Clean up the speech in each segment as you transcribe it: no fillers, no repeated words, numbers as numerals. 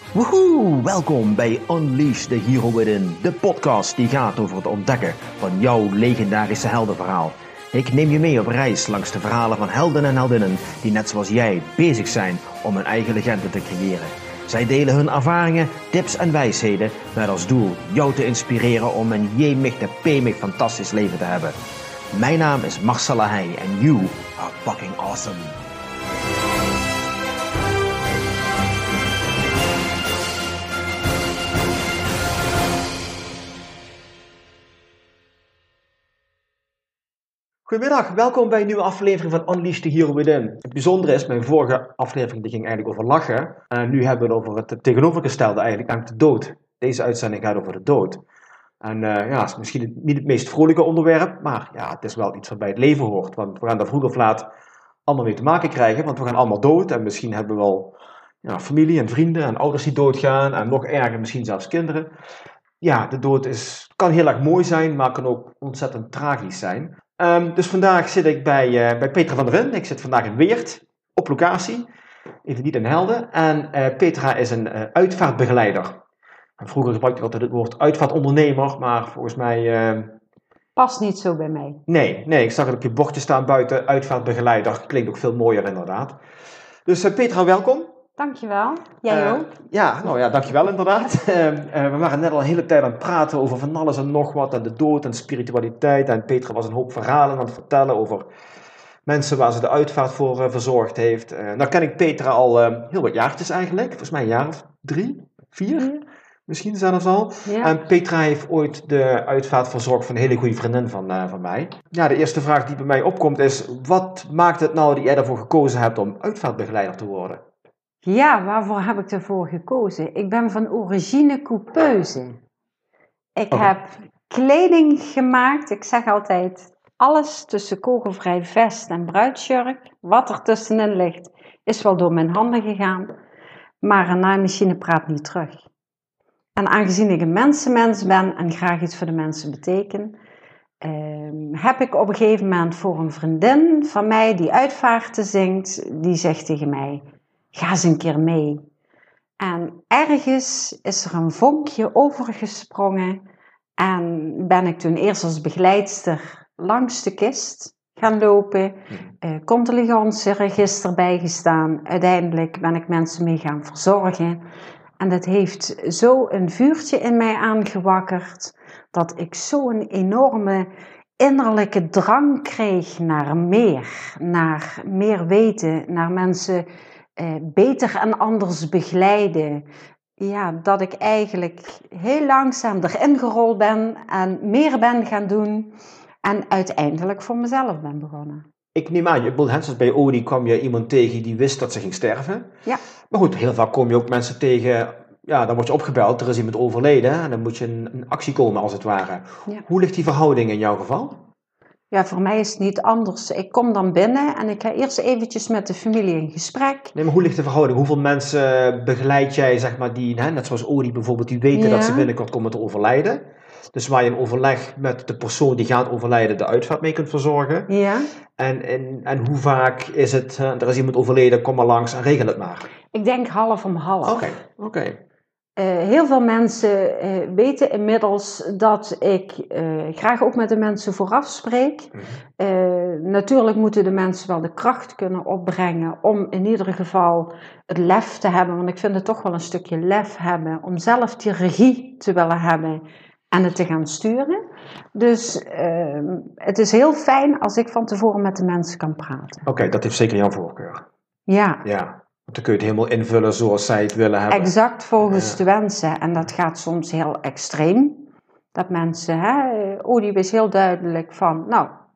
Woehoe, welkom bij Unleash the Hero Within, de podcast die gaat over het ontdekken van jouw legendarische heldenverhaal. Ik neem je mee op reis langs de verhalen van helden en heldinnen die net zoals jij bezig zijn om hun eigen legende te creëren. Zij delen hun ervaringen, tips en wijsheden met als doel jou te inspireren om een jemig de pemig fantastisch leven te hebben. Mijn naam is Marcella Heij en you are fucking awesome. Goedemiddag, welkom bij een nieuwe aflevering van Unleash the Hero Within. Het bijzondere is, mijn vorige aflevering die ging eigenlijk over lachen. En nu hebben we het over het tegenovergestelde eigenlijk, namelijk de dood. Deze uitzending gaat over de dood. En het is misschien niet het meest vrolijke onderwerp, maar ja, het is wel iets wat bij het leven hoort. Want we gaan daar vroeg of laat allemaal mee te maken krijgen, want we gaan allemaal dood. En misschien hebben we wel familie en vrienden en ouders die doodgaan. En nog erger, misschien zelfs kinderen. Ja, de dood kan heel erg mooi zijn, maar kan ook ontzettend tragisch zijn. Dus vandaag zit ik bij Petra van der Ven. Ik zit vandaag in Weert, op locatie. Even niet in Helden. En Petra is een uitvaartbegeleider. En vroeger gebruikte ik altijd het woord uitvaartondernemer, maar volgens mij... Past niet zo bij mij. Nee, ik zag het op je bordje staan buiten, uitvaartbegeleider. Klinkt ook veel mooier inderdaad. Dus Petra, welkom. Dankjewel. Jij ook? Dankjewel inderdaad. We waren net al een hele tijd aan het praten over van alles en nog wat. En de dood en spiritualiteit. En Petra was een hoop verhalen aan het vertellen over mensen waar ze de uitvaart voor verzorgd heeft. Nou ken ik Petra al heel wat jaartjes eigenlijk. Volgens mij een jaar of 3, 4. Misschien zelfs al. Ja. En Petra heeft ooit de uitvaart verzorgd van een hele goede vriendin van mij. Ja, de eerste vraag die bij mij opkomt is, wat maakt het nou dat jij ervoor gekozen hebt om uitvaartbegeleider te worden? Ja, waarvoor heb ik ervoor gekozen? Ik ben van origine coupeuse. Ik heb kleding gemaakt. Ik zeg altijd, alles tussen kogelvrij vest en bruidsjurk, wat er tussenin ligt, is wel door mijn handen gegaan. Maar een naaimachine praat niet terug. En aangezien ik een mensenmens ben en graag iets voor de mensen beteken, heb ik op een gegeven moment voor een vriendin van mij die uitvaarten zingt, die zegt tegen mij, ga eens een keer mee. En ergens is er een vonkje overgesprongen en ben ik toen eerst als begeleidster langs de kist gaan lopen, condoleanceregister bijgestaan. Uiteindelijk ben ik mensen mee gaan verzorgen. En dat heeft zo een vuurtje in mij aangewakkerd, dat ik zo'n enorme innerlijke drang kreeg naar meer weten, naar mensen beter en anders begeleiden. Ja, dat ik eigenlijk heel langzaam erin gerold ben en meer ben gaan doen en uiteindelijk voor mezelf ben begonnen. Ik neem aan, zoals bij Odi kwam je iemand tegen die wist dat ze ging sterven. Ja. Maar goed, heel vaak kom je ook mensen tegen, dan word je opgebeld, er is iemand overleden en dan moet je in actie komen als het ware. Ja. Hoe ligt die verhouding in jouw geval? Ja, voor mij is het niet anders. Ik kom dan binnen en ik ga eerst eventjes met de familie in gesprek. Nee, maar hoe ligt de verhouding? Hoeveel mensen begeleid jij, zeg maar, die, net zoals Odi bijvoorbeeld, die weten dat ze binnenkort komen te overlijden? Dus waar je in overleg met de persoon die gaat overlijden de uitvaart mee kunt verzorgen. Ja. En hoe vaak is het, er is iemand overleden, kom maar langs en regel het maar. Ik denk half om half. Oké. Heel veel mensen weten inmiddels dat ik graag ook met de mensen vooraf spreek. Natuurlijk moeten de mensen wel de kracht kunnen opbrengen om in ieder geval het lef te hebben. Want ik vind het toch wel een stukje lef hebben om zelf die regie te willen hebben en het te gaan sturen. Dus het is heel fijn als ik van tevoren met de mensen kan praten. Oké, dat heeft zeker jouw voorkeur. Ja. Dan kun je het helemaal invullen zoals zij het willen hebben. Exact volgens de wensen. En dat gaat soms heel extreem. Dat mensen, die is heel duidelijk van,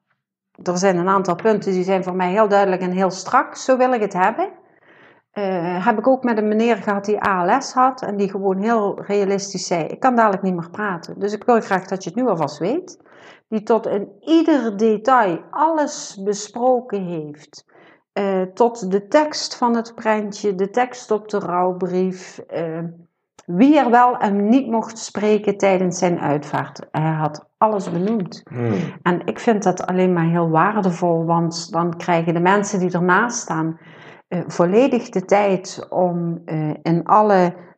er zijn een aantal punten die zijn voor mij heel duidelijk en heel strak. Zo wil ik het hebben. Heb ik ook met een meneer gehad die ALS had. En die gewoon heel realistisch zei, ik kan dadelijk niet meer praten. Dus ik wil graag dat je het nu alvast weet. Die tot in ieder detail alles besproken heeft. Tot de tekst van het prentje, de tekst op de rouwbrief, wie er wel en niet mocht spreken tijdens zijn uitvaart. Hij had alles benoemd. En ik vind dat alleen maar heel waardevol, want dan krijgen de mensen die ernaast staan volledig de tijd om in alle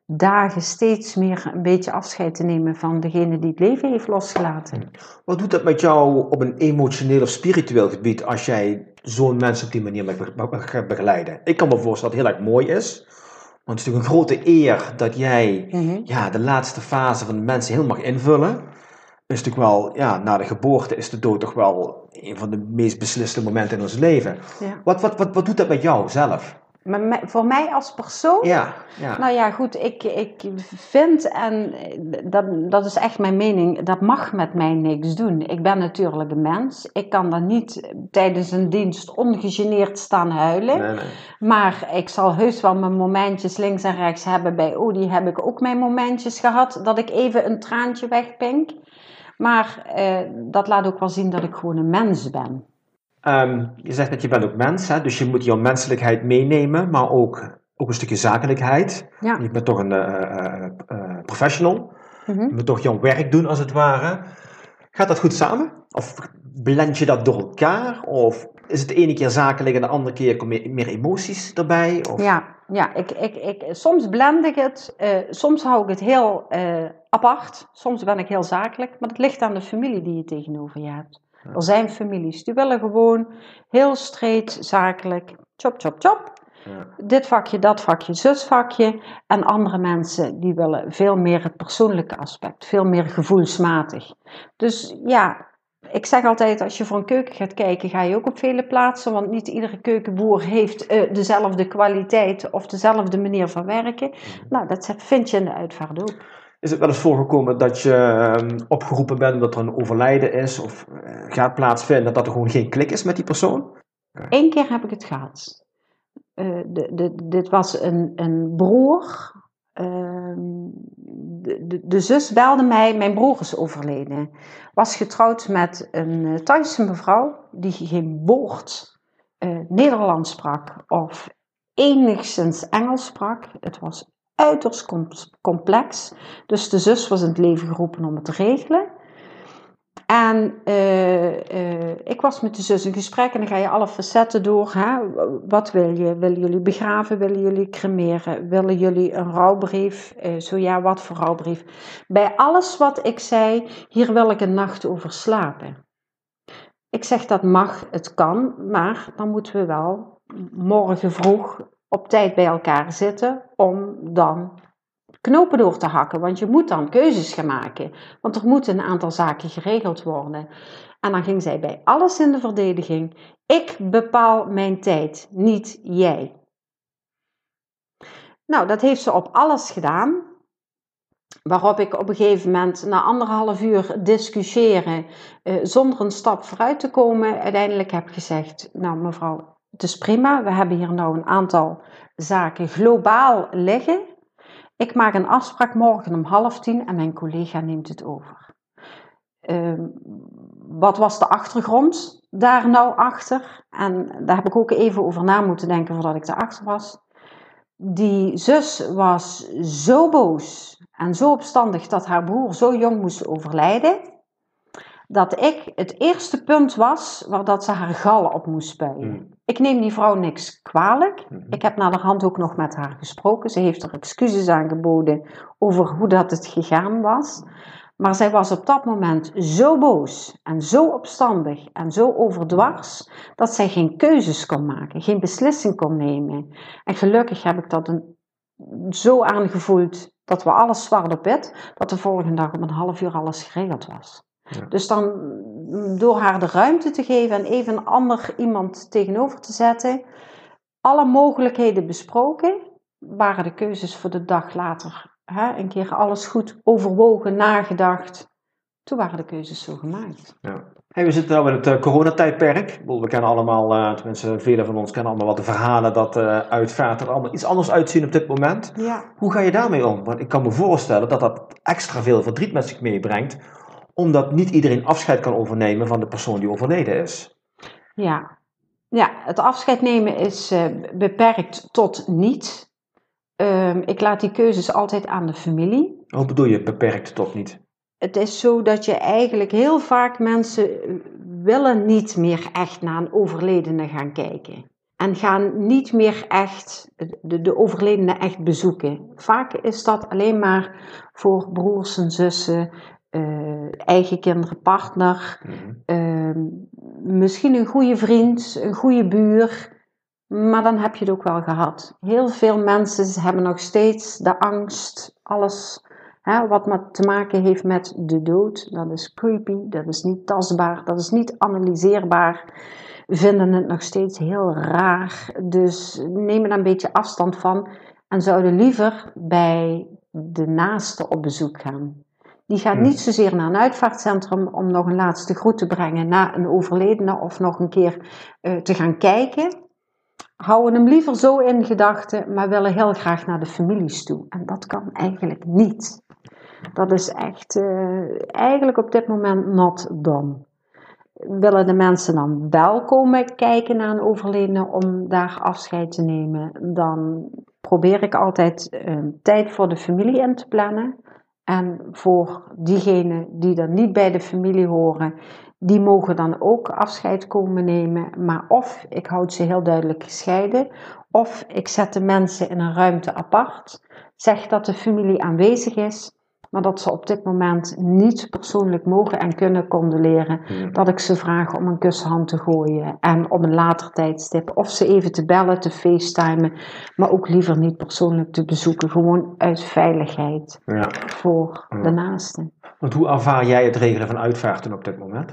dagen steeds meer een beetje afscheid te nemen van degene die het leven heeft losgelaten. Wat doet dat met jou op een emotioneel of spiritueel gebied als jij zo'n mens op die manier gaat begeleiden? Ik kan me voorstellen dat het heel erg mooi is. Want het is natuurlijk een grote eer dat jij de laatste fase van de mensen heel mag invullen. Is natuurlijk wel, na de geboorte is de dood toch wel een van de meest beslissende momenten in ons leven. Ja. Wat doet dat met jou zelf? Voor mij als persoon? Ja. Nou ja, goed, ik vind, en dat is echt mijn mening, dat mag met mij niks doen. Ik ben natuurlijk een mens. Ik kan dan niet tijdens een dienst ongegeneerd staan huilen. Nee. Maar ik zal heus wel mijn momentjes links en rechts hebben. Bij Odi heb ik ook mijn momentjes gehad dat ik even een traantje wegpink. Maar dat laat ook wel zien dat ik gewoon een mens ben. Je zegt dat je bent ook mens, hè? Dus je moet jouw menselijkheid meenemen, maar ook een stukje zakelijkheid. Ja. Je bent toch een professional. Je moet toch jouw werk doen, als het ware. Gaat dat goed samen? Of blend je dat door elkaar? Of is het de ene keer zakelijk en de andere keer komen meer emoties erbij? Of? Ja, soms blend ik het. Soms hou ik het heel apart. Soms ben ik heel zakelijk. Maar het ligt aan de familie die je tegenover je hebt. Er zijn families die willen gewoon heel straight, zakelijk, chop, chop, chop. Ja. Dit vakje, dat vakje, zusvakje. En andere mensen die willen veel meer het persoonlijke aspect, veel meer gevoelsmatig. Dus ja, ik zeg altijd, als je voor een keuken gaat kijken, ga je ook op vele plaatsen. Want niet iedere keukenboer heeft dezelfde kwaliteit of dezelfde manier van werken. Nou, dat vind je in de uitvaart ook. Is het wel eens voorgekomen dat je opgeroepen bent omdat er een overlijden is of gaat plaatsvinden, dat er gewoon geen klik is met die persoon? Eén keer heb ik het gehad. Dit was een broer. De zus belde mij, mijn broer is overleden. Was getrouwd met een Thaise mevrouw die geen woord Nederlands sprak of enigszins Engels sprak. Het was uiterst complex. Dus de zus was in het leven geroepen om het te regelen. En ik was met de zus in gesprek en dan ga je alle facetten door. Hè? Wat wil je? Willen jullie begraven? Willen jullie cremeren? Willen jullie een rouwbrief? Zo ja, wat voor rouwbrief? Bij alles wat ik zei, hier wil ik een nacht over slapen. Ik zeg dat mag, het kan, maar dan moeten we wel morgen vroeg op tijd bij elkaar zitten om dan knopen door te hakken, want je moet dan keuzes gaan maken. Want er moeten een aantal zaken geregeld worden. En dan ging zij bij alles in de verdediging. Ik bepaal mijn tijd, niet jij. Nou, dat heeft ze op alles gedaan. Waarop ik op een gegeven moment na 1,5 uur discussiëren, zonder een stap vooruit te komen, uiteindelijk heb gezegd, nou mevrouw, het is prima. We hebben hier nou een aantal zaken globaal liggen. Ik maak een afspraak morgen om 9:30 en mijn collega neemt het over. Wat was de achtergrond daar nou achter? En daar heb ik ook even over na moeten denken voordat ik erachter was. Die zus was zo boos en zo opstandig dat haar broer zo jong moest overlijden, dat ik het eerste punt was waar dat ze haar gal op moest spuien. Ik neem die vrouw niks kwalijk. Ik heb naderhand ook nog met haar gesproken. Ze heeft er excuses aangeboden over hoe dat het gegaan was. Maar zij was op dat moment zo boos en zo opstandig en zo overdwars dat zij geen keuzes kon maken, geen beslissing kon nemen. En gelukkig heb ik dat zo aangevoeld dat we alles zwart op wit, dat de volgende dag om 1,5 uur alles geregeld was. Ja. Dus dan door haar de ruimte te geven en even een ander iemand tegenover te zetten, alle mogelijkheden besproken, waren de keuzes voor de dag later. Een keer alles goed overwogen, nagedacht. Toen waren de keuzes zo gemaakt. Ja. Hey, we zitten nu in het coronatijdperk. We kennen allemaal, tenminste velen van ons kennen allemaal wat de verhalen dat uitvaart er allemaal iets anders uitzien op dit moment. Ja. Hoe ga je daarmee om? Want ik kan me voorstellen dat dat extra veel verdriet met zich meebrengt, omdat niet iedereen afscheid kan overnemen van de persoon die overleden is. Ja, het afscheid nemen is beperkt tot niet. Ik laat die keuzes altijd aan de familie. Hoe bedoel je beperkt tot niet? Het is zo dat je eigenlijk heel vaak mensen willen niet meer echt naar een overledene gaan kijken. En gaan niet meer echt de overledene echt bezoeken. Vaak is dat alleen maar voor broers en zussen, eigen kinderen, partner, misschien een goede vriend, een goede buur. Maar dan heb je het ook wel gehad. Heel veel mensen hebben nog steeds de angst, alles wat te maken heeft met de dood. Dat is creepy, dat is niet tastbaar, dat is niet analyseerbaar. Vinden het nog steeds heel raar. Dus nemen er een beetje afstand van. En zouden liever bij de naaste op bezoek gaan. Die gaan niet zozeer naar een uitvaartcentrum om nog een laatste groet te brengen naar een overledene. Of nog een keer te gaan kijken. Houden hem liever zo in gedachten, maar willen heel graag naar de families toe. En dat kan eigenlijk niet. Dat is echt eigenlijk op dit moment not done. Willen de mensen dan wel komen kijken naar een overledene om daar afscheid te nemen, dan probeer ik altijd tijd voor de familie in te plannen. En voor diegenen die dan niet bij de familie horen, die mogen dan ook afscheid komen nemen. Maar of ik houd ze heel duidelijk gescheiden, of ik zet de mensen in een ruimte apart. Zeg dat de familie aanwezig is, maar dat ze op dit moment niet persoonlijk mogen en kunnen condoleren. Dat ik ze vraag om een kushand te gooien en op een later tijdstip. Of ze even te bellen, te facetimen, maar ook liever niet persoonlijk te bezoeken. Gewoon uit veiligheid voor de naasten. Want hoe ervaar jij het regelen van uitvaarten op dit moment?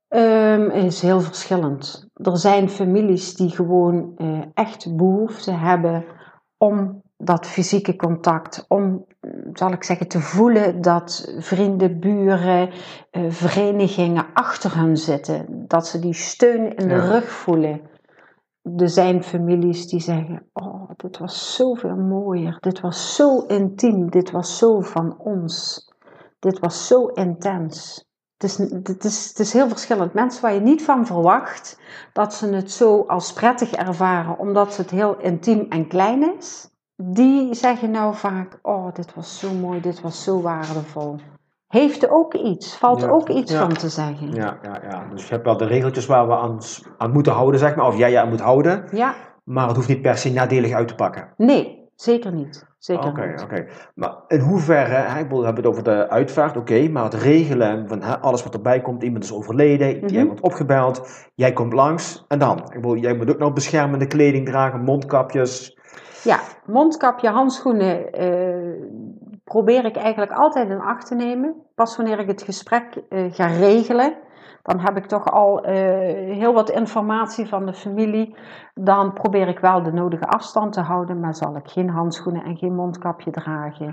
Is heel verschillend. Er zijn families die gewoon echt behoefte hebben om dat fysieke contact, om, zal ik zeggen, te voelen dat vrienden, buren, verenigingen achter hen zitten. Dat ze die steun in de rug voelen. Er zijn families die zeggen, oh, dit was zoveel mooier, dit was zo intiem, dit was zo van ons, dit was zo intens. Het is heel verschillend. Mensen waar je niet van verwacht dat ze het zo als prettig ervaren, omdat het heel intiem en klein is, die zeggen nou vaak, oh, dit was zo mooi, dit was zo waardevol. Heeft ook iets, valt ook iets van te zeggen. Ja. Dus je hebt wel de regeltjes waar we aan moeten houden, zeg maar, of jij je aan moet houden. Ja. Maar het hoeft niet per se nadelig uit te pakken. Nee, zeker niet. Oké. Maar in hoeverre, we hebben het over de uitvaart, maar het regelen van alles wat erbij komt, iemand is overleden, jij wordt opgebeld, jij komt langs en dan? Jij moet ook nog beschermende kleding dragen, mondkapjes. Ja, mondkapje, handschoenen probeer ik eigenlijk altijd in acht te nemen. Pas wanneer ik het gesprek ga regelen, dan heb ik toch al heel wat informatie van de familie. Dan probeer ik wel de nodige afstand te houden, maar zal ik geen handschoenen en geen mondkapje dragen.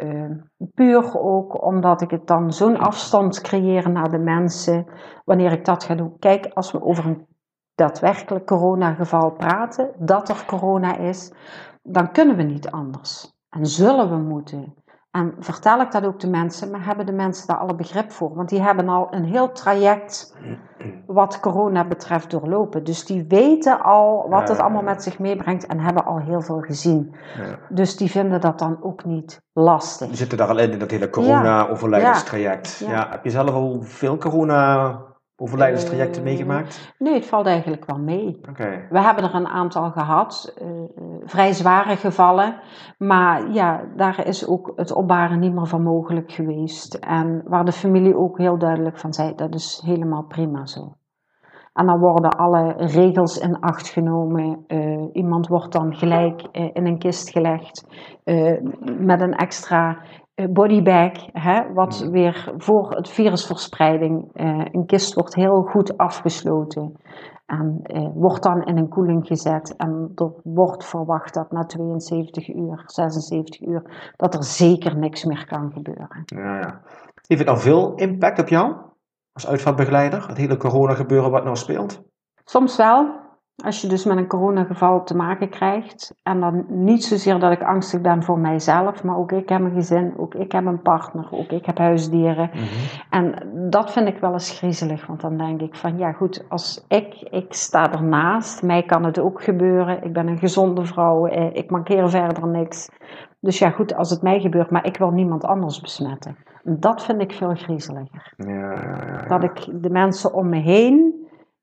Puur ook omdat ik het dan zo'n afstand creëer naar de mensen. Wanneer ik dat ga doen. Kijk, als we over een daadwerkelijk coronageval praten, dat er corona is, dan kunnen we niet anders. En zullen we moeten. En vertel ik dat ook de mensen, maar hebben de mensen daar alle begrip voor? Want die hebben al een heel traject wat corona betreft doorlopen. Dus die weten al wat het allemaal met zich meebrengt en hebben al heel veel gezien. Ja. Dus die vinden dat dan ook niet lastig. Die zitten daar al in dat hele corona-overlijdenstraject. Ja. Heb je zelf al veel corona-overlijdenstrajecten meegemaakt? Nee, het valt eigenlijk wel mee. Okay. We hebben er een aantal gehad, vrij zware gevallen. Maar ja, daar is ook het opbaren niet meer van mogelijk geweest. En waar de familie ook heel duidelijk van zei, dat is helemaal prima zo. En dan worden alle regels in acht genomen. Iemand wordt dan gelijk in een kist gelegd met een extra bodybag, wat weer voor het virusverspreiding, een kist wordt heel goed afgesloten en wordt dan in een koeling gezet en er wordt verwacht dat na 72 uur, 76 uur, dat er zeker niks meer kan gebeuren. Ja. Heeft het al veel impact op jou als uitvaartbegeleider, het hele corona gebeuren wat nou speelt? Soms wel. Als je dus met een coronageval te maken krijgt. En dan niet zozeer dat ik angstig ben voor mijzelf. Maar ook ik heb een gezin. Ook ik heb een partner. Ook ik heb huisdieren. En dat vind ik wel eens griezelig. Want dan denk ik van ja goed. Als ik sta ernaast. Mij kan het ook gebeuren. Ik ben een gezonde vrouw. Ik mankeer verder niks. Dus ja goed, als het mij gebeurt. Maar ik wil niemand anders besmetten. Dat vind ik veel griezeliger. Ja. Dat ik de mensen om me heen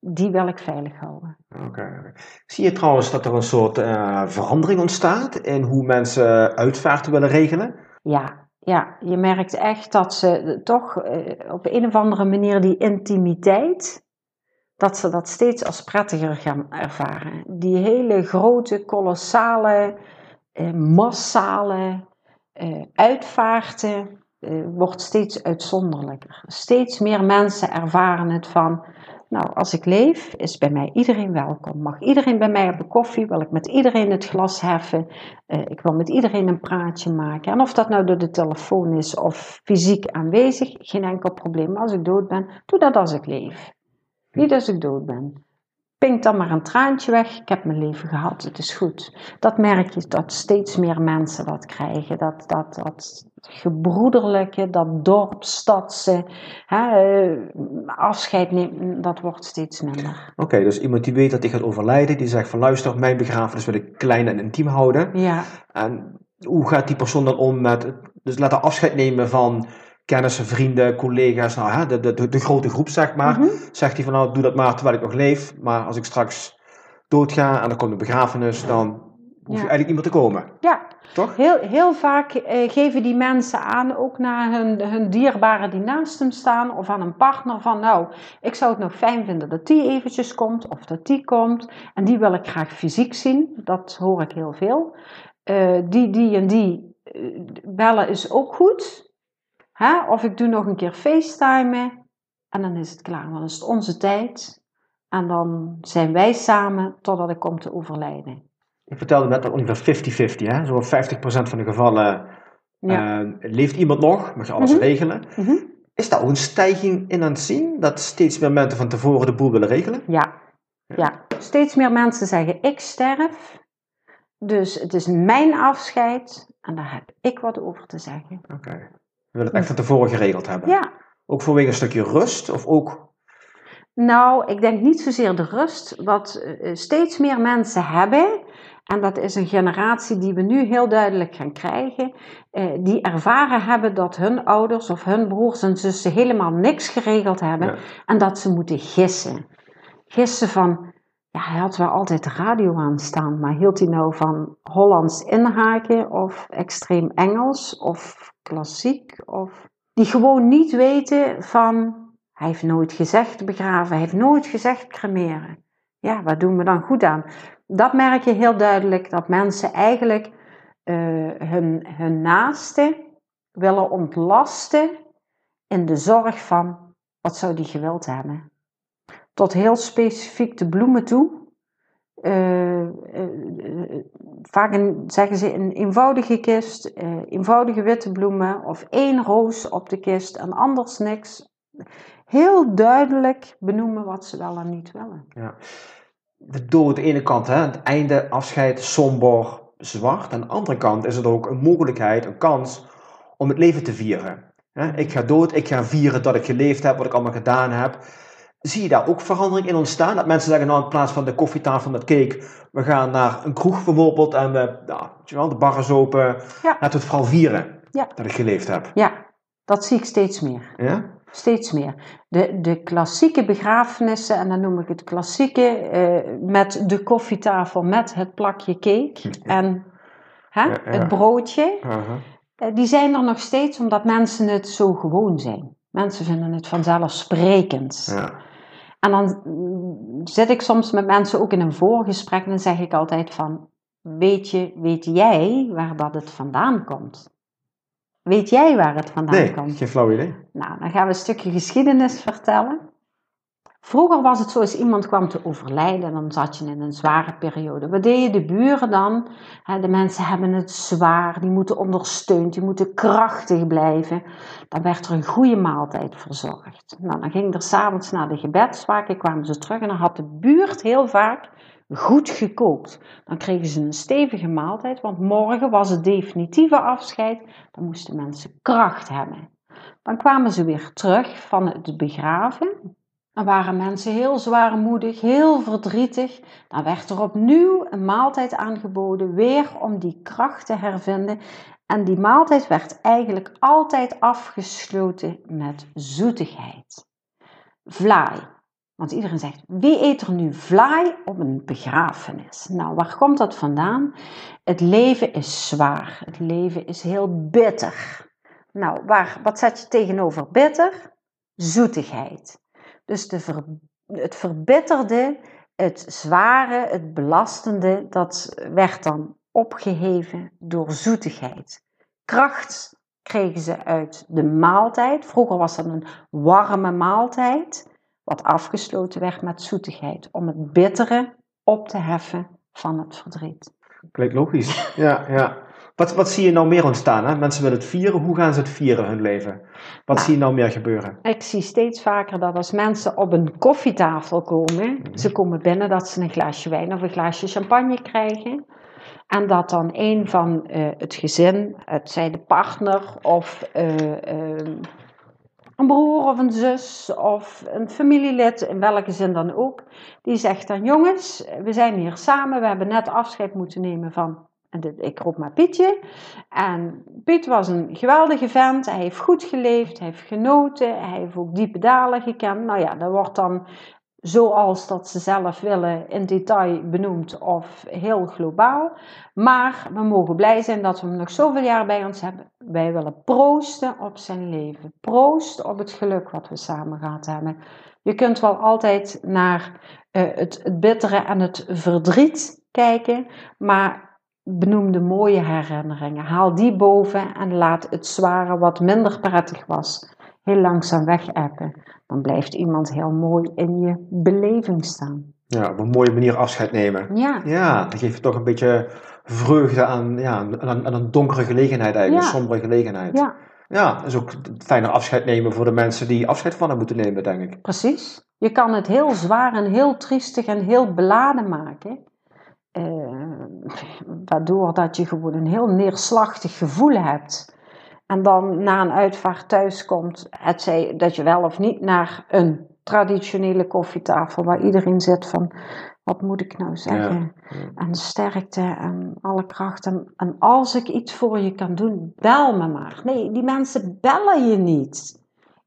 die wil ik veilig houden. Oké. Zie je trouwens dat er een soort verandering ontstaat in hoe mensen uitvaarten willen regelen? Ja, je merkt echt dat ze toch op een of andere manier die intimiteit, dat ze dat steeds als prettiger gaan ervaren. Die hele grote, kolossale, massale uitvaarten wordt steeds uitzonderlijker. Steeds meer mensen ervaren het van, nou, als ik leef, is bij mij iedereen welkom. Mag iedereen bij mij op de koffie? Wil ik met iedereen het glas heffen? Ik wil met iedereen een praatje maken. En of dat nou door de telefoon is of fysiek aanwezig, geen enkel probleem. Maar als ik dood ben, doe dat als ik leef. Niet als ik dood ben. Pink dan maar een traantje weg. Ik heb mijn leven gehad, het is goed. Dat merk je dat steeds meer mensen dat krijgen. Dat gebroederlijke, dat dorpsstadse, afscheid nemen, dat wordt steeds minder. Oké, dus iemand die weet dat hij gaat overlijden, die zegt van luister, mijn begrafenis wil ik klein en intiem houden. Ja. En hoe gaat die persoon dan om met, dus laten afscheid nemen van kennissen, vrienden, collega's, nou, de grote groep zeg maar. Zegt hij van nou, doe dat maar terwijl ik nog leef, maar als ik straks doodga en dan komt de begrafenis, dan hoef je eigenlijk niet meer te komen. Ja, toch? Heel vaak geven die mensen aan, ook naar hun dierbaren die naast hem staan, of aan een partner, van nou, ik zou het nog fijn vinden dat die eventjes komt, of dat die komt, en die wil ik graag fysiek zien, dat hoor ik heel veel. Die en die bellen is ook goed. Of ik doe nog een keer FaceTimen, en dan is het klaar, dan is het onze tijd, en dan zijn wij samen totdat ik kom te overlijden. Je vertelde net dat ongeveer 50-50, hè? Zo'n 50% van de gevallen leeft iemand nog, mag je alles regelen. Is daar ook een stijging in aan het zien, dat steeds meer mensen van tevoren de boel willen regelen? Ja. Steeds meer mensen zeggen ik sterf, dus het is mijn afscheid en daar heb ik wat over te zeggen. Oké. We willen het echt van tevoren geregeld hebben? Ja. Ook vanwege een stukje rust of ook? Nou, ik denk niet zozeer de rust. Wat steeds meer mensen hebben, en dat is een generatie die we nu heel duidelijk gaan krijgen, die ervaren hebben dat hun ouders of hun broers en zussen helemaal niks geregeld hebben en dat ze moeten gissen. Gissen van, ja, hij had wel altijd de radio aanstaan, maar hield hij nou van Hollands inhaken of extreem Engels of klassiek? Of die gewoon niet weten van, hij heeft nooit gezegd begraven, hij heeft nooit gezegd cremeren. Ja, wat doen we dan goed aan? Dat merk je heel duidelijk, dat mensen eigenlijk hun naasten willen ontlasten in de zorg van, wat zou die gewild hebben? Tot heel specifiek de bloemen toe. Vaak zeggen ze een eenvoudige kist, eenvoudige witte bloemen of 1 roos op de kist en anders niks. Heel duidelijk benoemen wat ze wel en niet willen. Ja. De dood aan de ene kant, hè, het einde, afscheid, somber, zwart. Aan de andere kant is het ook een mogelijkheid, een kans om het leven te vieren. Ik ga dood, ik ga vieren dat ik geleefd heb, wat ik allemaal gedaan heb. Zie je daar ook verandering in ontstaan? Dat mensen zeggen, nou in plaats van de koffietafel met cake, we gaan naar een kroeg bijvoorbeeld en de bar is open. Laten we het vooral vieren dat ik geleefd heb. Ja, dat zie ik steeds meer. Ja? Steeds meer. De klassieke begrafenissen, en dan noem ik het klassieke, met de koffietafel, met het plakje cake en het broodje. Die zijn er nog steeds omdat mensen het zo gewoon zijn. Mensen vinden het vanzelfsprekend. Ja. En dan zit ik soms met mensen ook in een voorgesprek en dan zeg ik altijd van, weet jij waar dat het vandaan komt? Weet jij waar het vandaan komt? Nee, geen flauw idee. Nou, dan gaan we een stukje geschiedenis vertellen. Vroeger was het zo, als iemand kwam te overlijden, dan zat je in een zware periode. Wat deden de buren dan? De mensen hebben het zwaar, die moeten ondersteund, die moeten krachtig blijven. Dan werd er een goede maaltijd verzorgd. Nou, dan ging er 's avonds na de gebedswaken, kwamen ze terug en dan had de buurt heel vaak goed gekookt. Dan kregen ze een stevige maaltijd, want morgen was het definitieve afscheid. Dan moesten mensen kracht hebben. Dan kwamen ze weer terug van het begraven. Dan waren mensen heel zwaarmoedig, heel verdrietig. Dan werd er opnieuw een maaltijd aangeboden, weer om die kracht te hervinden. En die maaltijd werd eigenlijk altijd afgesloten met zoetigheid. Vlaai. Want iedereen zegt, wie eet er nu vlaai op een begrafenis? Nou, waar komt dat vandaan? Het leven is zwaar. Het leven is heel bitter. Nou, wat zet je tegenover bitter? Zoetigheid. Dus het verbitterde, het zware, het belastende, dat werd dan opgeheven door zoetigheid. Kracht kregen ze uit de maaltijd. Vroeger was dat een warme maaltijd, wat afgesloten werd met zoetigheid, om het bittere op te heffen van het verdriet. Klinkt logisch. Ja. Wat zie je nou meer ontstaan? Hè? Mensen willen het vieren. Hoe gaan ze het vieren, hun leven? Wat zie je nou meer gebeuren? Ik zie steeds vaker dat als mensen op een koffietafel komen, ze komen binnen dat ze een glaasje wijn of een glaasje champagne krijgen. En dat dan een van het gezin, het zij de partner of een broer of een zus of een familielid, in welke zin dan ook, die zegt dan: jongens, we zijn hier samen, we hebben net afscheid moeten nemen van, ik roep maar Pietje. En Piet was een geweldige vent, hij heeft goed geleefd, hij heeft genoten, hij heeft ook diepe dalen gekend. Nou ja, dat wordt dan zoals dat ze zelf willen in detail benoemd of heel globaal. Maar we mogen blij zijn dat we hem nog zoveel jaar bij ons hebben. Wij willen proosten op zijn leven. Proost op het geluk wat we samen gehad hebben. Je kunt wel altijd naar het bittere en het verdriet kijken, maar benoem de mooie herinneringen. Haal die boven en laat het zware wat minder prettig was heel langzaam wegappen. Dan blijft iemand heel mooi in je beleving staan. Ja, op een mooie manier afscheid nemen. Ja, dan geef je toch een beetje vreugde aan een donkere gelegenheid eigenlijk, een sombere gelegenheid. Ja, dat is ook fijner afscheid nemen voor de mensen die afscheid van hem moeten nemen, denk ik. Precies. Je kan het heel zwaar en heel triestig en heel beladen maken. Waardoor dat je gewoon een heel neerslachtig gevoel hebt. En dan na een uitvaart thuis komt, het zij dat je wel of niet naar een traditionele koffietafel waar iedereen zit van, wat moet ik nou zeggen? Ja. En sterkte en alle kracht. En als ik iets voor je kan doen, bel me maar. Nee, die mensen bellen je niet.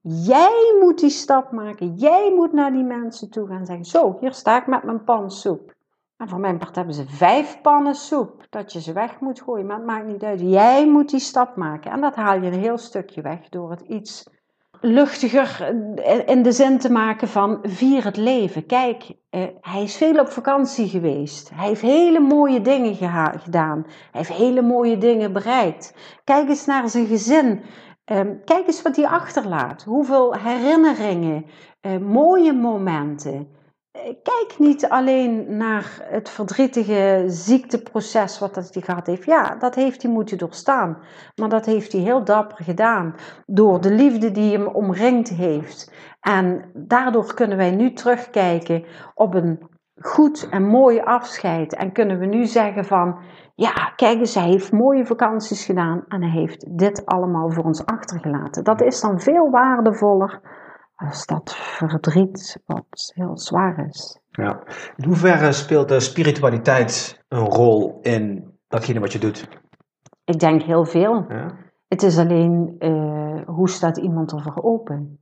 Jij moet die stap maken. Jij moet naar die mensen toe gaan zeggen, zo, hier sta ik met mijn pan soep. En voor mijn part hebben ze 5 pannen soep, dat je ze weg moet gooien, maar het maakt niet uit. Jij moet die stap maken en dat haal je een heel stukje weg door het iets luchtiger in de zin te maken van vier het leven. Kijk, hij is veel op vakantie geweest. Hij heeft hele mooie dingen gedaan. Hij heeft hele mooie dingen bereikt. Kijk eens naar zijn gezin. Kijk eens wat hij achterlaat. Hoeveel herinneringen, mooie momenten. Kijk niet alleen naar het verdrietige ziekteproces wat hij gehad heeft. Ja, dat heeft hij moeten doorstaan. Maar dat heeft hij heel dapper gedaan. Door de liefde die hem omringd heeft. En daardoor kunnen wij nu terugkijken op een goed en mooi afscheid. En kunnen we nu zeggen van, ja, kijk eens, hij heeft mooie vakanties gedaan. En hij heeft dit allemaal voor ons achtergelaten. Dat is dan veel waardevoller als dat verdriet wat heel zwaar is. Ja. In hoeverre speelt de spiritualiteit een rol in datgene wat je doet? Ik denk heel veel. Ja? Het is alleen, hoe staat iemand ervoor open?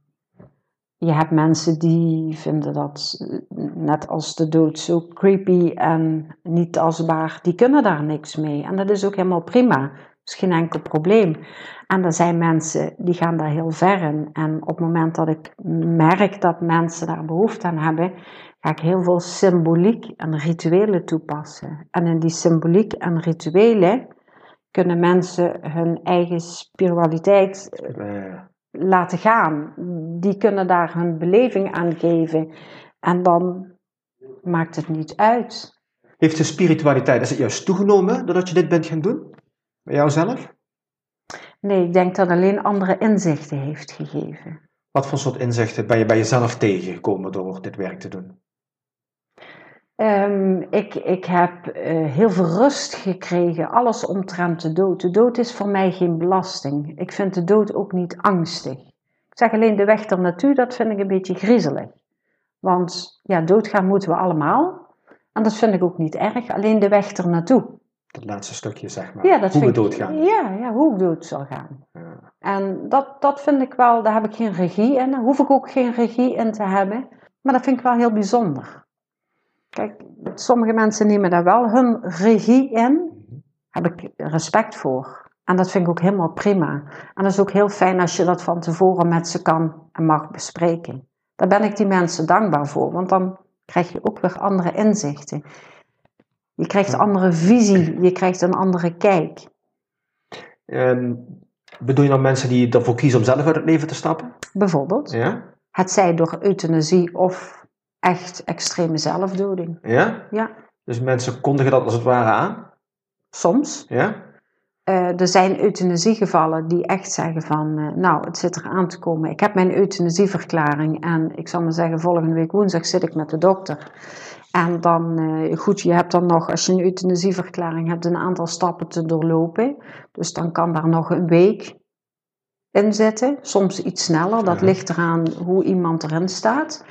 Je hebt mensen die vinden dat, net als de dood, zo creepy en niet tastbaar. Die kunnen daar niks mee. En dat is ook helemaal prima. Dat is geen enkel probleem. En er zijn mensen die gaan daar heel ver in. En op het moment dat ik merk dat mensen daar behoefte aan hebben, ga ik heel veel symboliek en rituelen toepassen. En in die symboliek en rituelen kunnen mensen hun eigen spiritualiteit laten gaan. Die kunnen daar hun beleving aan geven. En dan maakt het niet uit. Heeft de spiritualiteit, is het juist toegenomen doordat je dit bent gaan doen? Bij jouzelf? Nee, ik denk dat alleen andere inzichten heeft gegeven. Wat voor soort inzichten ben je bij jezelf tegengekomen door dit werk te doen? Ik heb heel veel rust gekregen, alles omtrent de dood. De dood is voor mij geen belasting. Ik vind de dood ook niet angstig. Ik zeg alleen de weg ter natuur, dat vind ik een beetje griezelig. Want ja, doodgaan moeten we allemaal. En dat vind ik ook niet erg, alleen de weg ter naartoe. Het laatste stukje, zeg maar. Ja, hoe we doodgaan. Ja, hoe ik dood zal gaan. Ja. En dat vind ik wel, daar heb ik geen regie in. Daar hoef ik ook geen regie in te hebben. Maar dat vind ik wel heel bijzonder. Kijk, sommige mensen nemen daar wel hun regie in. Daar heb ik respect voor. En dat vind ik ook helemaal prima. En dat is ook heel fijn als je dat van tevoren met ze kan en mag bespreken. Daar ben ik die mensen dankbaar voor. Want dan krijg je ook weer andere inzichten. Je krijgt een andere visie. Je krijgt een andere kijk. Bedoel je dan mensen die ervoor kiezen om zelf uit het leven te stappen? Bijvoorbeeld. Ja? Het zij door euthanasie of echt extreme zelfdoding. Ja? Ja. Dus mensen kondigen dat als het ware aan? Soms. Ja? Er zijn euthanasiegevallen die echt zeggen van, nou, het zit er aan te komen. Ik heb mijn euthanasieverklaring en ik zal maar zeggen, volgende week woensdag zit ik met de dokter. En dan, goed, je hebt dan nog, als je een euthanasieverklaring hebt, een aantal stappen te doorlopen. Dus dan kan daar nog een week in zitten. Soms iets sneller, dat ligt eraan hoe iemand erin staat.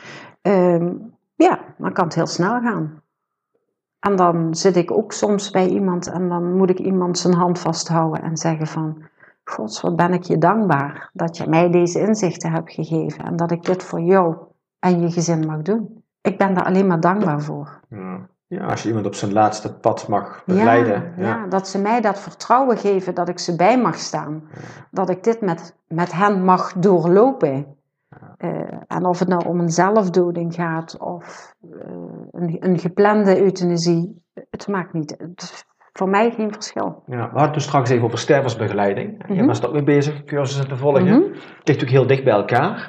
Ja, dan kan het heel snel gaan. En dan zit ik ook soms bij iemand en dan moet ik iemand zijn hand vasthouden en zeggen van, Gods, wat ben ik je dankbaar dat je mij deze inzichten hebt gegeven en dat ik dit voor jou en je gezin mag doen. Ik ben daar alleen maar dankbaar voor. Ja, als je iemand op zijn laatste pad mag begeleiden. Ja, dat ze mij dat vertrouwen geven dat ik ze bij mag staan. Ja. Dat ik dit met hen mag doorlopen. En of het nou om een zelfdoding gaat of een geplande euthanasie, het maakt niet. Het is voor mij geen verschil. Ja, we hadden toen straks even over stervensbegeleiding. Je was er ook mee bezig, cursussen te volgen. Het ligt natuurlijk heel dicht bij elkaar.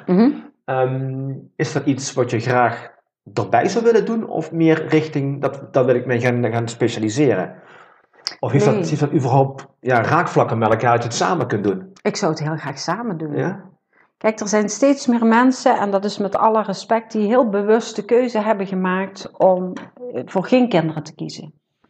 Is dat iets wat je graag erbij zou willen doen of meer richting, dat wil ik mee gaan specialiseren? Of heeft dat überhaupt raakvlakken met elkaar dat je het samen kunt doen? Ik zou het heel graag samen doen. Ja? Kijk, er zijn steeds meer mensen, en dat is met alle respect, die heel bewust de keuze hebben gemaakt om voor geen kinderen te kiezen.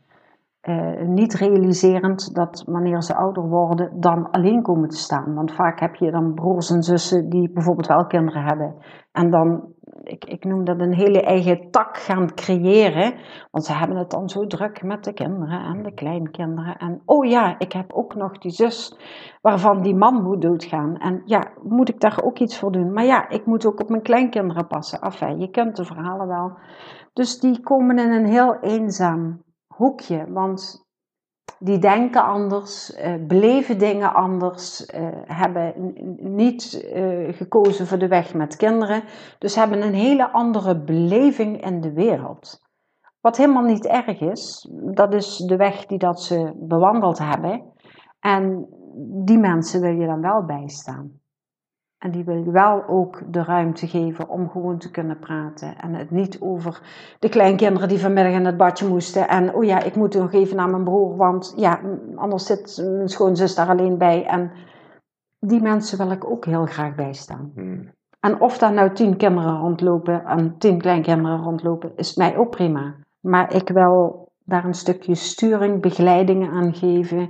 Niet realiserend dat wanneer ze ouder worden, dan alleen komen te staan. Want vaak heb je dan broers en zussen die bijvoorbeeld wel kinderen hebben. En dan, ik noem dat een hele eigen tak gaan creëren. Want ze hebben het dan zo druk met de kinderen en de kleinkinderen. En oh ja, ik heb ook nog die zus waarvan die man moet doodgaan. En ja, moet ik daar ook iets voor doen? Maar ja, ik moet ook op mijn kleinkinderen passen. Enfin, je kent de verhalen wel. Dus die komen in een heel eenzaam hoekje, want die denken anders, beleven dingen anders, hebben niet gekozen voor de weg met kinderen, dus hebben een hele andere beleving in de wereld. Wat helemaal niet erg is, dat is de weg die dat ze bewandeld hebben en die mensen wil je dan wel bijstaan. En die wil je wel ook de ruimte geven om gewoon te kunnen praten. En het niet over de kleinkinderen die vanmiddag in het badje moesten. En oh ja, ik moet nog even naar mijn broer, want ja, anders zit mijn schoonzus daar alleen bij. En die mensen wil ik ook heel graag bijstaan. En of daar nou 10 kinderen rondlopen en 10 kleinkinderen rondlopen, is mij ook prima. Maar ik wil daar een stukje sturing, begeleiding aan geven.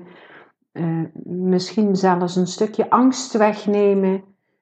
Misschien zelfs een stukje angst wegnemen.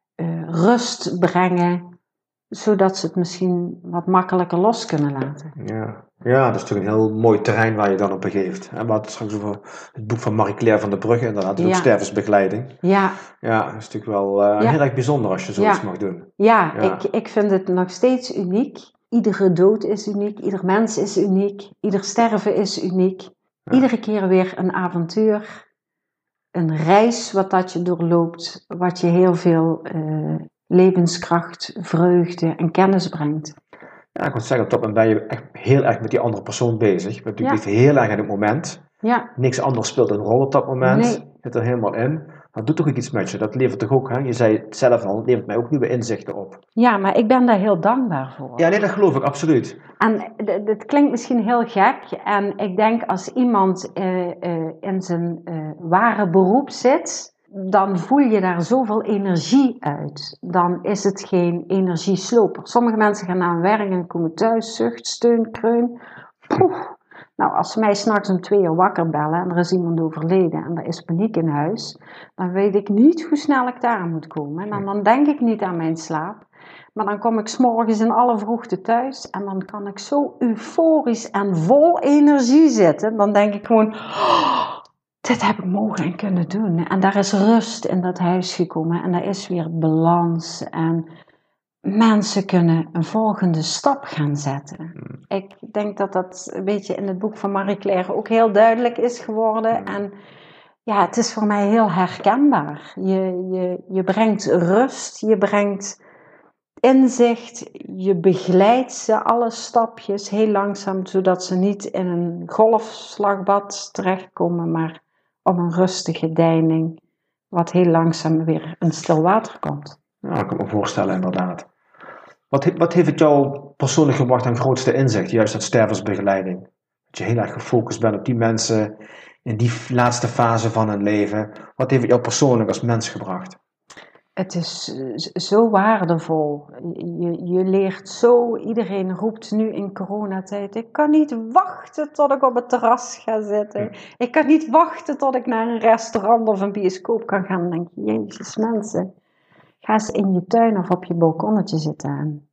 Rust brengen, zodat ze het misschien wat makkelijker los kunnen laten. Ja, dat is natuurlijk een heel mooi terrein waar je dan op begeeft. En we hadden het straks over het boek van Marie-Claire van der Brugge, inderdaad, dus ook stervensbegeleiding. Ja, dat is natuurlijk wel heel erg bijzonder als je zoiets mag doen. Ja. Ik vind het nog steeds uniek. Iedere dood is uniek, ieder mens is uniek, ieder sterven is uniek. Iedere keer weer een avontuur. Een reis wat dat je doorloopt, wat je heel veel levenskracht, vreugde en kennis brengt. Ja, ik moet zeggen, op dat moment ben je echt heel erg met die andere persoon bezig. Je bent natuurlijk heel erg in het moment. Ja. Niks anders speelt een rol op dat moment. Nee. Zit er helemaal in. Dat doet toch iets met je. Dat levert toch ook, hè? Je zei het zelf al, het levert mij ook nieuwe inzichten op. Ja, maar ik ben daar heel dankbaar voor. Ja, nee, dat geloof ik, absoluut. En het klinkt misschien heel gek. En ik denk als iemand in zijn ware beroep zit, dan voel je daar zoveel energie uit. Dan is het geen energiesloper. Sommige mensen gaan naar hun werk en komen thuis, zucht, steun, kreun. Poeh. Nou, als ze mij 's nachts om 2 uur wakker bellen en er is iemand overleden en er is paniek in huis, dan weet ik niet hoe snel ik daar moet komen. En dan denk ik niet aan mijn slaap. Maar dan kom ik 's morgens in alle vroegte thuis en dan kan ik zo euforisch en vol energie zitten. Dan denk ik gewoon, oh, dit heb ik mogen en kunnen doen. En daar is rust in dat huis gekomen en daar is weer balans. En mensen kunnen een volgende stap gaan zetten. Ik denk dat dat een beetje in het boek van Marie-Claire ook heel duidelijk is geworden. En ja, het is voor mij heel herkenbaar. Je brengt rust, je brengt inzicht, je begeleidt ze alle stapjes heel langzaam, zodat ze niet in een golfslagbad terechtkomen, maar op een rustige deining, wat heel langzaam weer in stil water komt. Ja, dat kan ik me voorstellen, inderdaad. Wat heeft het jou persoonlijk gebracht aan grootste inzicht, juist dat stervensbegeleiding? Dat je heel erg gefocust bent op die mensen in die laatste fase van hun leven. Wat heeft het jou persoonlijk als mens gebracht? Het is zo waardevol. Je leert zo, iedereen roept nu in coronatijd, ik kan niet wachten tot ik op het terras ga zitten. Ik kan niet wachten tot ik naar een restaurant of een bioscoop kan gaan. Dan denk je, jezus mensen, ga eens in je tuin of op je balkonnetje zitten en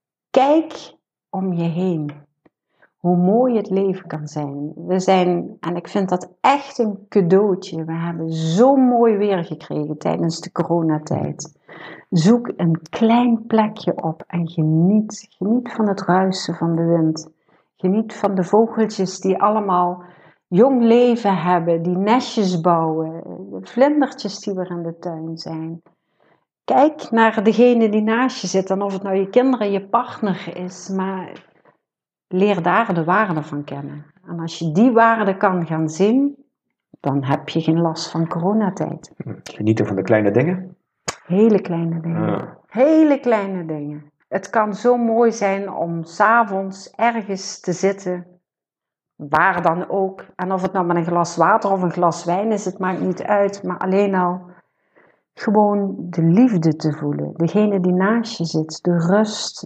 kijk om je heen. Hoe mooi het leven kan zijn. We zijn, en ik vind dat echt een cadeautje. We hebben zo mooi weer gekregen tijdens de coronatijd. Zoek een klein plekje op en geniet. Geniet van het ruisen van de wind. Geniet van de vogeltjes die allemaal jong leven hebben, die nestjes bouwen. De vlindertjes die weer in de tuin zijn. Kijk naar degene die naast je zit. En of het nou je kinderen, je partner is, maar leer daar de waarde van kennen. En als je die waarde kan gaan zien, dan heb je geen last van coronatijd. Genieten van de kleine dingen? Hele kleine dingen. Ja. Hele kleine dingen. Het kan zo mooi zijn om 's avonds ergens te zitten, waar dan ook. En of het nou met een glas water of een glas wijn is, het maakt niet uit. Maar alleen al gewoon de liefde te voelen. Degene die naast je zit, de rust,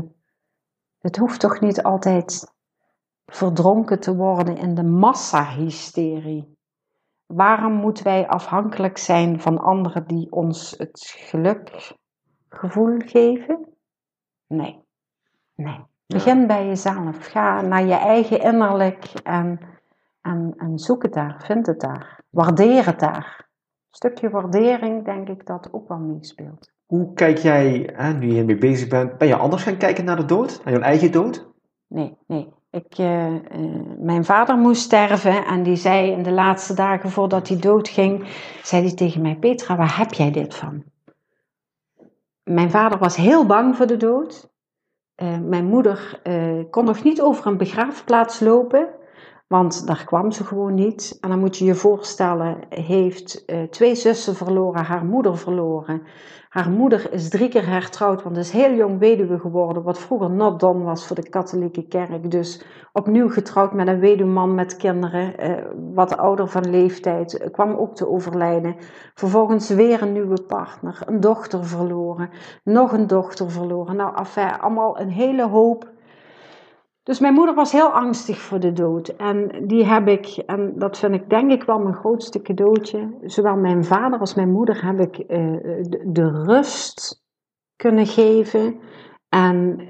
het hoeft toch niet altijd verdronken te worden in de massahysterie. Waarom moeten wij afhankelijk zijn van anderen die ons het gelukgevoel geven? Nee. Begin bij jezelf. Ga naar je eigen innerlijk en zoek het daar. Vind het daar. Waardeer het daar. Een stukje waardering denk ik dat ook wel meespeelt. Hoe kijk jij, nu je hiermee bezig bent, ben je anders gaan kijken naar de dood? Naar je eigen dood? Nee. Mijn vader moest sterven en die zei in de laatste dagen voordat hij doodging, zei hij tegen mij, Petra, waar heb jij dit van? Mijn vader was heel bang voor de dood. Mijn moeder kon nog niet over een begraafplaats lopen, want daar kwam ze gewoon niet. En dan moet je je voorstellen, heeft 2 zussen verloren, haar moeder verloren. Haar moeder is 3 keer hertrouwd, want is heel jong weduwe geworden, wat vroeger not done was voor de katholieke kerk. Dus opnieuw getrouwd met een weduwman met kinderen, wat ouder van leeftijd, kwam ook te overlijden. Vervolgens weer een nieuwe partner, een dochter verloren, nog een dochter verloren. Nou, allemaal een hele hoop. Dus mijn moeder was heel angstig voor de dood. En die heb ik, en dat vind ik denk ik wel mijn grootste cadeautje. Zowel mijn vader als mijn moeder heb ik de rust kunnen geven. En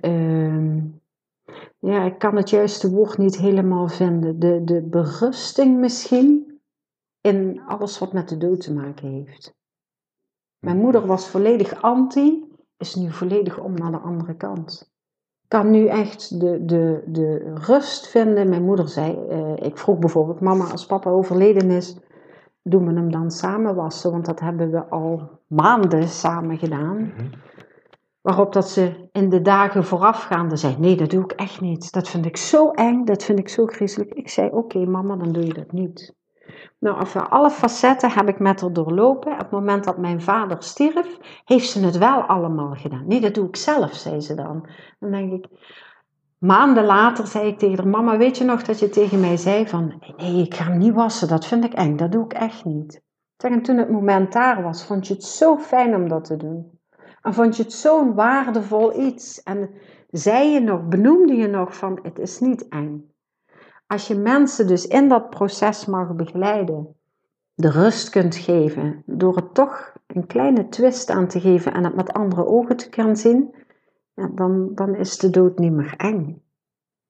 ik kan het juiste woord niet helemaal vinden. De berusting misschien in alles wat met de dood te maken heeft. Mijn moeder was volledig anti, is nu volledig om naar de andere kant. Kan nu echt de rust vinden. Mijn moeder zei, ik vroeg bijvoorbeeld, mama, als papa overleden is, doen we hem dan samen wassen? Want dat hebben we al maanden samen gedaan. Waarop dat ze in de dagen voorafgaande zei, nee, dat doe ik echt niet. Dat vind ik zo eng, dat vind ik zo griezelig. Ik zei, oké, mama, dan doe je dat niet. Nou, alle facetten heb ik met haar doorlopen. Op het moment dat mijn vader stierf, heeft ze het wel allemaal gedaan. Nee, dat doe ik zelf, zei ze dan. Dan denk ik, maanden later zei ik tegen haar, mama, weet je nog dat je tegen mij zei van, nee, ik ga hem niet wassen, dat vind ik eng, dat doe ik echt niet. En toen het moment daar was, vond je het zo fijn om dat te doen. En vond je het zo'n waardevol iets. En benoemde je nog van, het is niet eng. Als je mensen dus in dat proces mag begeleiden, de rust kunt geven, door het toch een kleine twist aan te geven en het met andere ogen te kunnen zien, dan is de dood niet meer eng.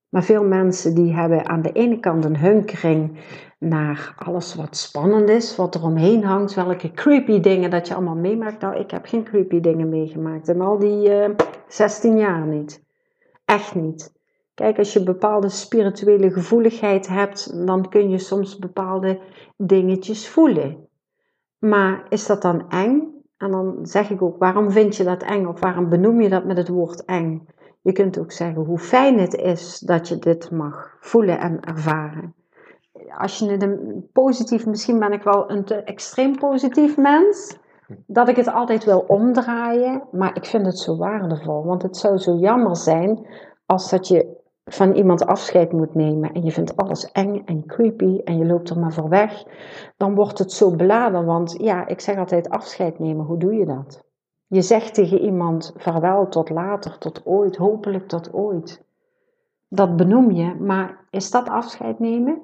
Maar veel mensen die hebben aan de ene kant een hunkering naar alles wat spannend is, wat er omheen hangt, welke creepy dingen dat je allemaal meemaakt. Nou, ik heb geen creepy dingen meegemaakt en al die 16 jaar niet. Echt niet. Kijk, als je bepaalde spirituele gevoeligheid hebt, dan kun je soms bepaalde dingetjes voelen. Maar is dat dan eng? En dan zeg ik ook, waarom vind je dat eng? Of waarom benoem je dat met het woord eng? Je kunt ook zeggen hoe fijn het is dat je dit mag voelen en ervaren. Als je het een positief, misschien ben ik wel een te extreem positief mens, dat ik het altijd wil omdraaien, maar ik vind het zo waardevol. Want het zou zo jammer zijn als dat je van iemand afscheid moet nemen en je vindt alles eng en creepy en je loopt er maar voor weg. Dan wordt het zo beladen, want ja, ik zeg altijd afscheid nemen, hoe doe je dat? Je zegt tegen iemand vaarwel, tot later, tot ooit, hopelijk tot ooit. Dat benoem je, maar is dat afscheid nemen?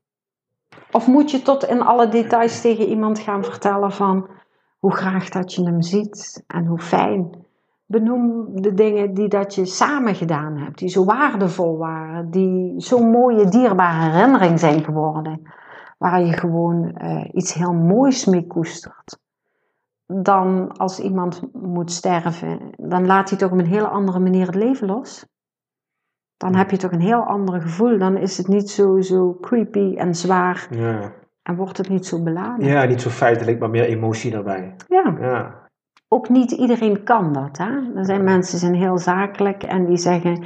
Of moet je tot in alle details tegen iemand gaan vertellen van hoe graag dat je hem ziet en hoe fijn? Benoem de dingen die dat je samen gedaan hebt, die zo waardevol waren, die zo'n mooie, dierbare herinnering zijn geworden, waar je gewoon iets heel moois mee koestert. Dan als iemand moet sterven, dan laat hij toch op een hele andere manier het leven los. Dan heb je toch een heel ander gevoel. Dan is het niet zo creepy en zwaar. Ja. En wordt het niet zo beladen. Ja, niet zo feitelijk, maar meer emotie daarbij. Ja. Ook niet iedereen kan dat. Hè? Er zijn mensen die zijn heel zakelijk en die zeggen,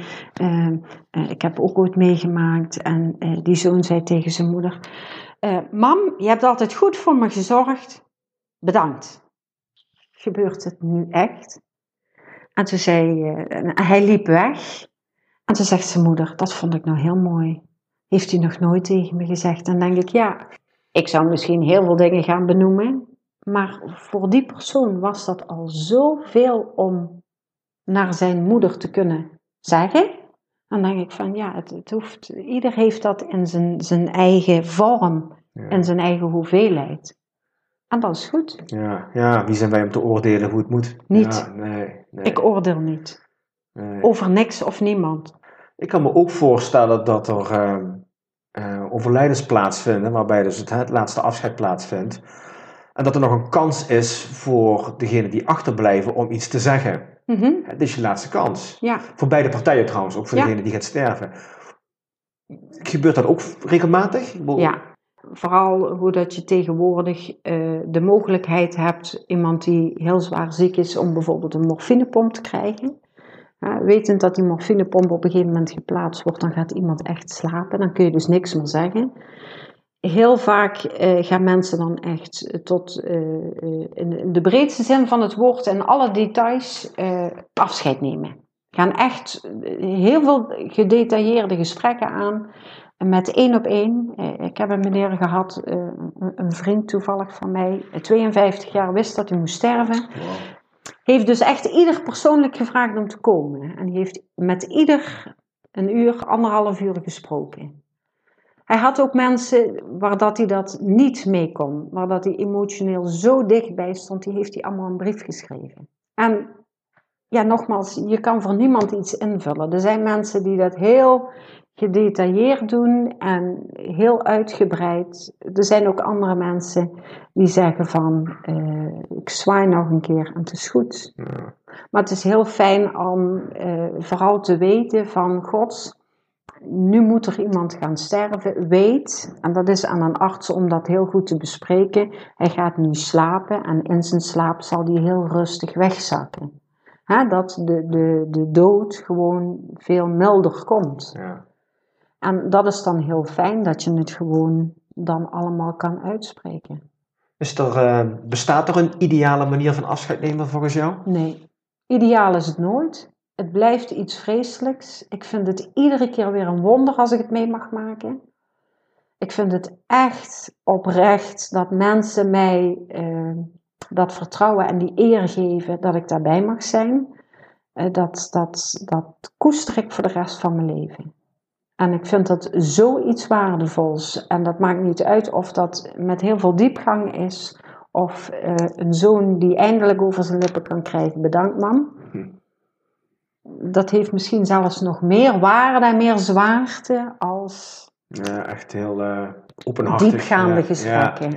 ik heb ook ooit meegemaakt. En die zoon zei tegen zijn moeder, mam, je hebt altijd goed voor me gezorgd. Bedankt. Gebeurt het nu echt? En toen zei hij liep weg. En toen zegt zijn moeder, dat vond ik nou heel mooi. Heeft hij nog nooit tegen me gezegd. Dan denk ik, ja, ik zou misschien heel veel dingen gaan benoemen. Maar voor die persoon was dat al zoveel om naar zijn moeder te kunnen zeggen. Dan denk ik van, ja, het hoeft, ieder heeft dat in zijn eigen vorm. Ja. En zijn eigen hoeveelheid. En dat is goed. Ja, wie zijn wij om te oordelen hoe het moet? Niet. Ja, nee. Ik oordeel niet. Nee. Over niks of niemand. Ik kan me ook voorstellen dat er overlijdens plaatsvinden, waarbij dus het laatste afscheid plaatsvindt. En dat er nog een kans is voor degenen die achterblijven om iets te zeggen. Mm-hmm. Het is je laatste kans. Ja. Voor beide partijen trouwens, ook voor degene die gaat sterven. Gebeurt dat ook regelmatig? Ja. Vooral hoe dat je tegenwoordig de mogelijkheid hebt, iemand die heel zwaar ziek is, om bijvoorbeeld een morfinepomp te krijgen. Wetend dat die morfinepomp op een gegeven moment geplaatst wordt, dan gaat iemand echt slapen. Dan kun je dus niks meer zeggen. Heel vaak gaan mensen dan echt tot in de breedste zin van het woord en alle details afscheid nemen. Gaan echt heel veel gedetailleerde gesprekken aan. Met 1 op 1. Ik heb een meneer gehad, een vriend toevallig van mij, 52 jaar, wist dat hij moest sterven. Wow. Heeft dus echt ieder persoonlijk gevraagd om te komen. En die heeft met ieder 1 uur, 1,5 uur gesproken. Hij had ook mensen waar dat hij dat niet mee kon, waar dat hij emotioneel zo dichtbij stond, die heeft hij allemaal een brief geschreven. En ja, nogmaals, je kan voor niemand iets invullen. Er zijn mensen die dat heel gedetailleerd doen en heel uitgebreid. Er zijn ook andere mensen die zeggen van, ik zwaai nog een keer en het is goed. Ja. Maar het is heel fijn om vooral te weten van, gods, nu moet er iemand gaan sterven. Weet, en dat is aan een arts om dat heel goed te bespreken, hij gaat nu slapen en in zijn slaap zal hij heel rustig wegzakken. Dat de dood gewoon veel milder komt. Ja. En dat is dan heel fijn dat je het gewoon dan allemaal kan uitspreken. Bestaat er een ideale manier van afscheid nemen volgens jou? Nee, ideaal is het nooit. Het blijft iets vreselijks. Ik vind het iedere keer weer een wonder als ik het mee mag maken. Ik vind het echt oprecht dat mensen mij dat vertrouwen en die eer geven dat ik daarbij mag zijn. Dat koester ik voor de rest van mijn leven. En ik vind dat zoiets waardevols. En dat maakt niet uit of dat met heel veel diepgang is. Of een zoon die eindelijk over zijn lippen kan krijgen. Bedankt, mam. dat heeft misschien zelfs nog meer waarde en meer zwaarte als Ja, echt heel openhartig. diepgaande gesprekken.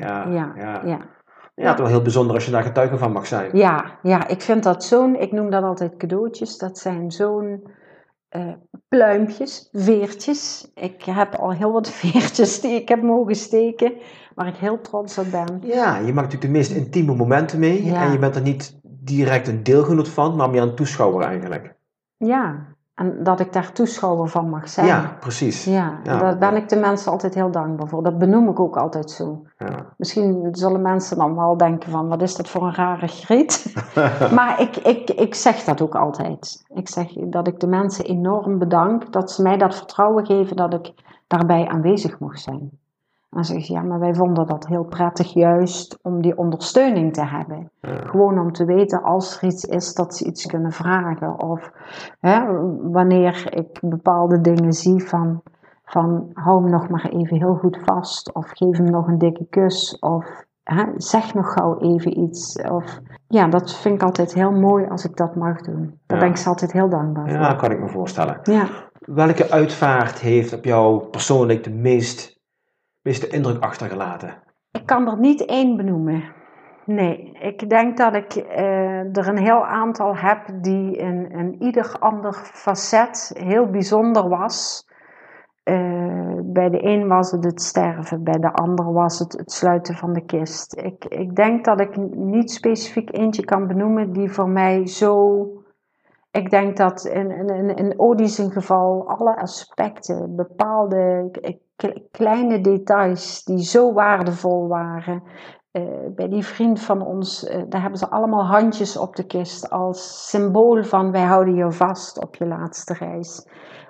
Ja, het is wel heel bijzonder als je daar getuige van mag zijn. Ja, ik vind dat ik noem dat altijd cadeautjes, dat zijn zo'n pluimpjes, veertjes. Ik heb al heel wat veertjes die ik heb mogen steken, waar ik heel trots op ben. Ja, je maakt natuurlijk de meest intieme momenten mee en je bent er niet direct een deelgenoot van, maar meer een toeschouwer eigenlijk. Ja, en dat ik daar toeschouwer van mag zijn. Ja, precies. Ja, daar ben ik de mensen altijd heel dankbaar voor. Dat benoem ik ook altijd zo. Ja. Misschien zullen mensen dan wel denken van, wat is dat voor een rare griet? Maar ik zeg dat ook altijd. Ik zeg dat ik de mensen enorm bedank dat ze mij dat vertrouwen geven dat ik daarbij aanwezig mocht zijn. En dan zeg je, ja, maar wij vonden dat heel prettig juist om die ondersteuning te hebben. Ja. Gewoon om te weten als er iets is dat ze iets kunnen vragen. Of wanneer ik bepaalde dingen zie van hou hem nog maar even heel goed vast. Of geef hem nog een dikke kus. Of zeg nog gauw even iets. Of, ja, dat vind ik altijd heel mooi als ik dat mag doen. Daar ben ik ze altijd heel dankbaar voor. Ja, kan ik me voorstellen. Ja. Welke uitvaart heeft op jou persoonlijk de meeste indruk achtergelaten? Ik kan er niet één benoemen. Nee, ik denk dat ik er een heel aantal heb die in ieder ander facet heel bijzonder was. Bij de een was het sterven, bij de ander was het sluiten van de kist. Ik denk dat ik niet specifiek eentje kan benoemen die voor mij zo... Ik denk dat in Odie's geval alle aspecten, bepaalde kleine details die zo waardevol waren. Bij die vriend van ons, daar hebben ze allemaal handjes op de kist als symbool van wij houden je vast op je laatste reis.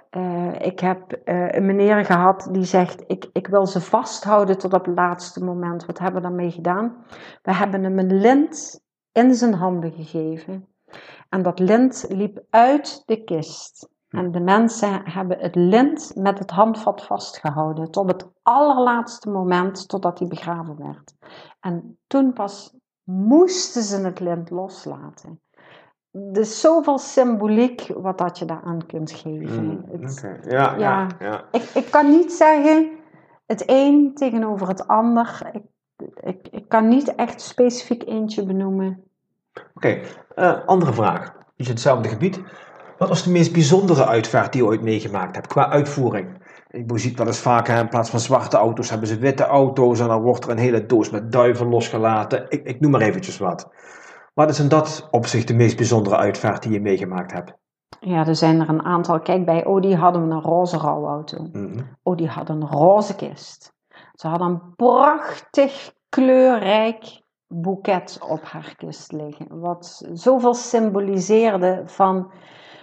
Ik heb een meneer gehad die zegt, ik wil ze vasthouden tot op het laatste moment. Wat hebben we daarmee gedaan? We hebben hem een lint in zijn handen gegeven. En dat lint liep uit de kist. En de mensen hebben het lint met het handvat vastgehouden. Tot het allerlaatste moment, totdat hij begraven werd. En toen pas moesten ze het lint loslaten. Dus zoveel symboliek wat dat je daaraan kunt geven. Ja. Ik kan niet zeggen het een tegenover het ander. Ik kan niet echt specifiek eentje benoemen. Oké, andere vraag. Iets in hetzelfde gebied. Wat was de meest bijzondere uitvaart die je ooit meegemaakt hebt qua uitvoering? Je ziet wel eens vaak, in plaats van zwarte auto's hebben ze witte auto's en dan wordt er een hele doos met duiven losgelaten. Ik noem maar eventjes wat. Wat is in dat opzicht de meest bijzondere uitvaart die je meegemaakt hebt? Ja, er zijn er een aantal. Kijk, bij Odie hadden we een roze rouwauto. Odie had een roze kist. Ze hadden een prachtig kleurrijk boeket op haar kist liggen. Wat zoveel symboliseerde van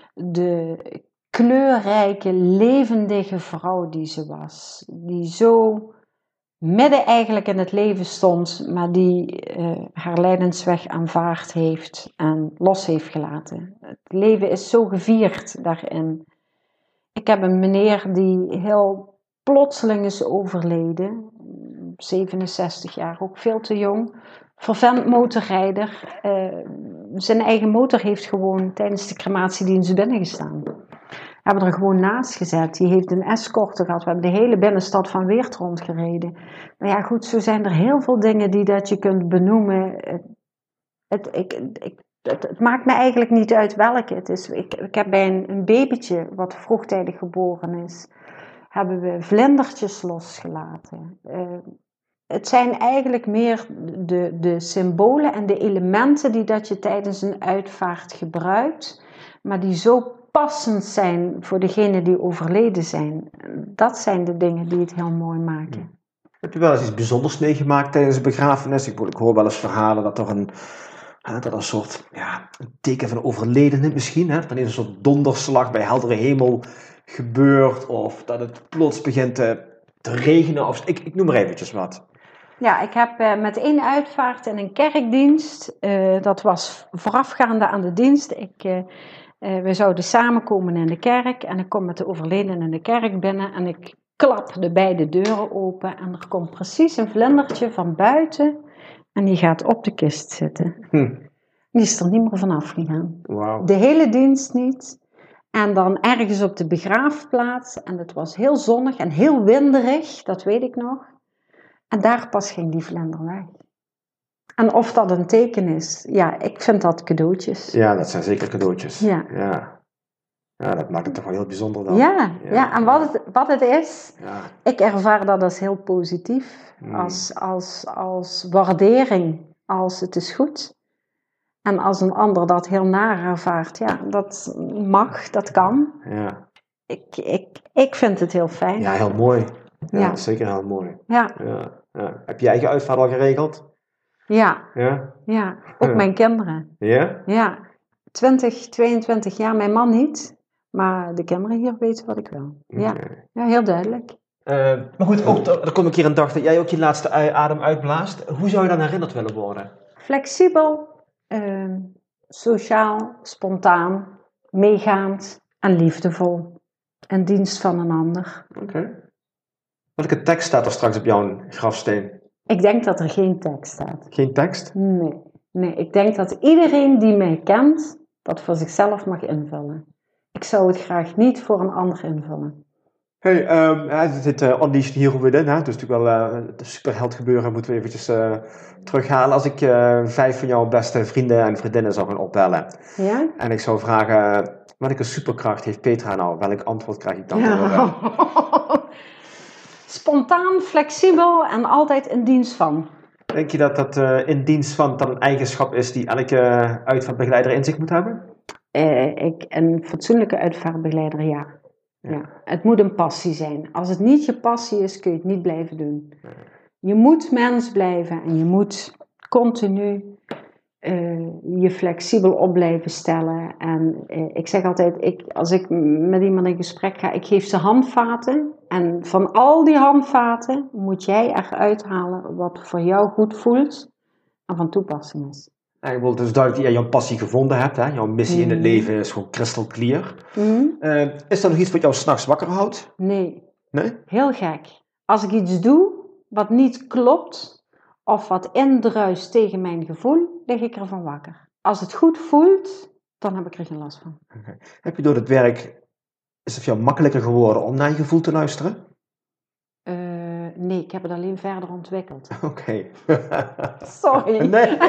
de kleurrijke, levendige vrouw die ze was. Die zo midden eigenlijk in het leven stond, maar die haar lijdensweg aanvaard heeft en los heeft gelaten. Het leven is zo gevierd daarin. Ik heb een meneer die heel plotseling is overleden, 67 jaar, ook veel te jong, vervent motorrijder. Zijn eigen motor heeft gewoon tijdens de crematiedienst binnengestaan. We hebben er gewoon naast gezet. Die heeft een escorte gehad. We hebben de hele binnenstad van Weert rondgereden. Maar ja, goed, zo zijn er heel veel dingen die dat je kunt benoemen. Het maakt me eigenlijk niet uit welke het is. Ik heb bij een babytje wat vroegtijdig geboren is, hebben we vlindertjes losgelaten. Het zijn eigenlijk meer de symbolen en de elementen die dat je tijdens een uitvaart gebruikt, maar die zo passend zijn voor degenen die overleden zijn. Dat zijn de dingen die het heel mooi maken. Heb je wel eens iets bijzonders meegemaakt tijdens een begrafenis? Ik hoor wel eens verhalen dat er een soort een teken van overledene misschien, dat er een soort donderslag bij heldere hemel gebeurt, of dat het plots begint te regenen, of ik noem maar eventjes wat. Ja, ik heb met één uitvaart in een kerkdienst, dat was voorafgaande aan de dienst. We zouden samenkomen in de kerk en ik kom met de overledene in de kerk binnen en ik klap de beide deuren open en er komt precies een vlindertje van buiten en die gaat op de kist zitten. Die is er niet meer vanaf gegaan. Wow. De hele dienst niet. En dan ergens op de begraafplaats. En het was heel zonnig en heel winderig, dat weet ik nog. En daar pas ging die vlinder weg. En of dat een teken is, ja, ik vind dat cadeautjes. Ja, dat zijn zeker cadeautjes. Ja. Ja, dat maakt het toch wel heel bijzonder dan. Ja, en wat het is, Ja. ik ervaar dat als heel positief. Als waardering, als het is goed. En als een ander dat heel naar ervaart, ja, dat mag, dat kan. Ja. Ik vind het heel fijn. Ja, heel mooi. Ja, Ja. zeker heel mooi. Ja. Heb je je eigen uitvaart al geregeld? Ja. Ja? Ja, ook mijn kinderen. Ja? Ja, 22 jaar, mijn man niet. Maar de kinderen hier weten wat ik wil. Ja, ja, heel duidelijk. Maar goed, ook, er komt een keer een dag dat jij ook je laatste adem uitblaast. Hoe zou je dan herinnerd willen worden? Flexibel, sociaal, spontaan, meegaand en liefdevol. In dienst van een ander. Oké. Welke tekst staat er straks op jouw grafsteen? Ik denk dat er geen tekst staat. Geen tekst? Nee, ik denk dat iedereen die mij kent, dat voor zichzelf mag invullen. Ik zou het graag niet voor een ander invullen. Hey, het heet Unleashed Hero Within, hè? Dus natuurlijk wel het superheld gebeuren moeten we eventjes terughalen. Als ik 5 van jouw beste vrienden en vriendinnen zou gaan opbellen. Ja? En ik zou vragen, welke superkracht heeft Petra nou? Welk antwoord krijg ik dan? Ja. Spontaan, flexibel en altijd in dienst van. Denk je dat dat in dienst van dat een eigenschap is die elke uitvaartbegeleider in zich moet hebben? Een fatsoenlijke uitvaartbegeleider, ja. Het moet een passie zijn. Als het niet je passie is, kun je het niet blijven doen. Je moet mens blijven en je moet continu je flexibel op blijven stellen. En ik zeg altijd, als ik met iemand in gesprek ga, ik geef ze handvaten. En van al die handvaten moet jij eruit halen wat voor jou goed voelt en van toepassing is. Ja, ik wil dus duidelijk dat je jouw passie gevonden hebt. Hè? Jouw missie in het leven is gewoon crystal clear. Is er nog iets wat jou 's nachts wakker houdt? Nee. Nee? Heel gek. Als ik iets doe wat niet klopt of wat indruist tegen mijn gevoel, lig ik ervan wakker. Als het goed voelt, dan heb ik er geen last van. Okay. Heb je door het werk, is het voor jou makkelijker geworden om naar je gevoel te luisteren? Nee, ik heb het alleen verder ontwikkeld. Oké. Sorry. Nee.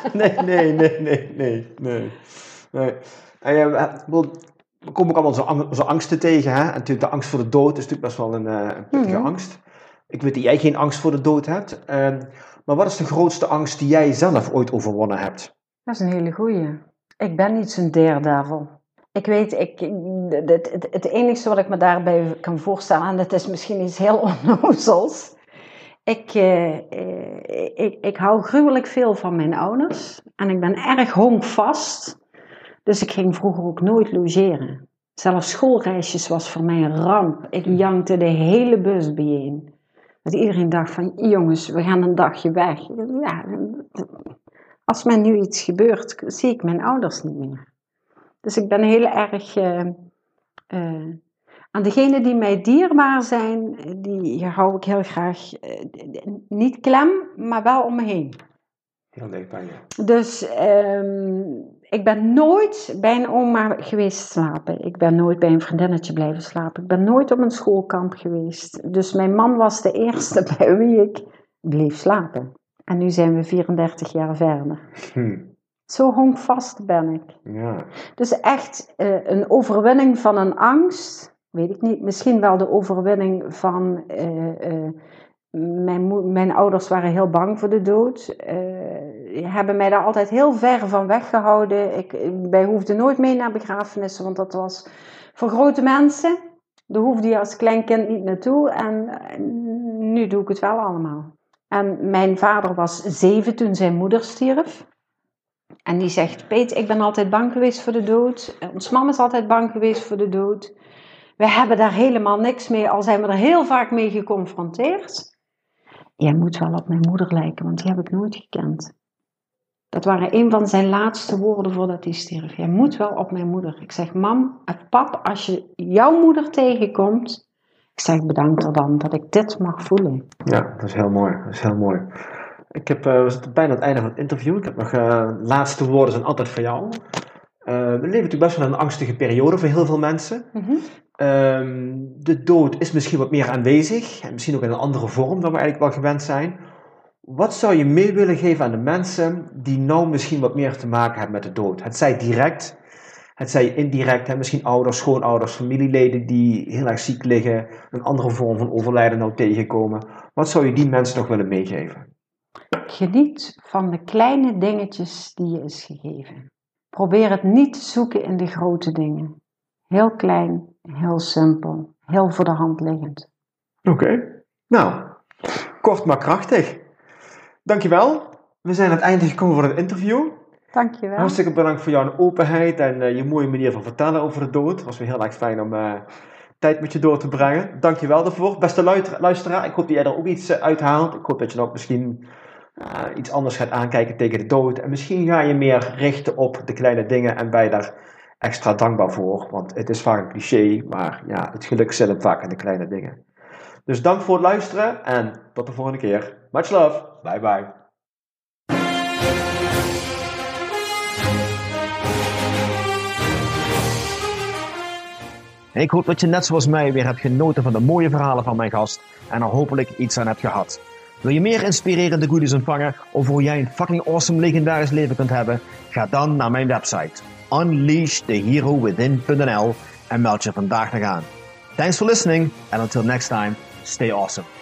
We komen ook allemaal onze angsten tegen. Hè? En natuurlijk de angst voor de dood is natuurlijk best wel een pittige angst. Ik weet dat jij geen angst voor de dood hebt. Maar wat is de grootste angst die jij zelf ooit overwonnen hebt? Dat is een hele goeie. Ik ben niet zo'n daredevil. Ik weet, het enige wat ik me daarbij kan voorstellen, en dat is misschien iets heel onnozels. Ik hou gruwelijk veel van mijn ouders. En ik ben erg honkvast. Dus ik ging vroeger ook nooit logeren. Zelfs schoolreisjes was voor mij een ramp. Ik jankte de hele bus bijeen. Dat iedereen dacht van, jongens, we gaan een dagje weg. Ja, als mij nu iets gebeurt, zie ik mijn ouders niet meer. Dus ik ben heel erg aan degenen die mij dierbaar zijn, die hou ik heel graag niet klem, maar wel om me heen. Heel dicht bij je. Dus ik ben nooit bij een oma geweest slapen. Ik ben nooit bij een vriendinnetje blijven slapen. Ik ben nooit op een schoolkamp geweest. Dus mijn man was de eerste bij wie ik bleef slapen. En nu zijn we 34 jaar verder. Zo honkvast ben ik. Ja. Dus echt een overwinning van een angst, weet ik niet. Misschien wel de overwinning van... Mijn ouders waren heel bang voor de dood. Hebben mij daar altijd heel ver van weggehouden. Wij hoefden nooit mee naar begrafenissen, want dat was voor grote mensen. Daar hoefde je als klein kind niet naartoe. En nu doe ik het wel allemaal. En mijn vader was 7 toen zijn moeder stierf. En die zegt, Peet, ik ben altijd bang geweest voor de dood. Ons mam is altijd bang geweest voor de dood. We hebben daar helemaal niks mee, al zijn we er heel vaak mee geconfronteerd. Jij moet wel op mijn moeder lijken, want die heb ik nooit gekend. Dat waren een van zijn laatste woorden voordat hij stierf. Jij moet wel op mijn moeder. Ik zeg, mam en pap, als je jouw moeder tegenkomt, ik zeg, bedankt er dan dat ik dit mag voelen. Ja, dat is heel mooi. Dat is heel mooi. We zitten bijna aan het einde van het interview. Ik heb nog laatste woorden zijn altijd voor jou. We leven natuurlijk best wel in een angstige periode voor heel veel mensen. De dood is misschien wat meer aanwezig. En misschien ook in een andere vorm dan we eigenlijk wel gewend zijn. Wat zou je mee willen geven aan de mensen die nou misschien wat meer te maken hebben met de dood? Het zij direct, het zij indirect. Misschien ouders, schoonouders, familieleden die heel erg ziek liggen. Een andere vorm van overlijden nou tegenkomen. Wat zou je die mensen nog willen meegeven? Geniet van de kleine dingetjes die je is gegeven. Probeer het niet te zoeken in de grote dingen. Heel klein, heel simpel, heel voor de hand liggend. Oké. Nou, kort maar krachtig. Dankjewel. We zijn aan het einde gekomen voor het interview. Dankjewel. Hartstikke bedankt voor jouw openheid en je mooie manier van vertellen over de dood. Het was weer heel erg fijn om tijd met je door te brengen. Dankjewel daarvoor. Beste luisteraar, ik hoop dat jij er ook iets uithaalt. Ik hoop dat je ook misschien iets anders gaat aankijken tegen de dood. En misschien ga je meer richten op de kleine dingen en ben je daar extra dankbaar voor. Want het is vaak een cliché, maar ja, het geluk zit hem vaak in de kleine dingen. Dus dank voor het luisteren en tot de volgende keer. Much love. Bye bye. Ik hoop dat je net zoals mij weer hebt genoten van de mooie verhalen van mijn gast en er hopelijk iets aan hebt gehad. Wil je meer inspirerende goodies ontvangen over hoe jij een fucking awesome legendarisch leven kunt hebben? Ga dan naar mijn website unleashtheherowithin.nl en meld je vandaag nog aan. Thanks for listening and until next time, stay awesome.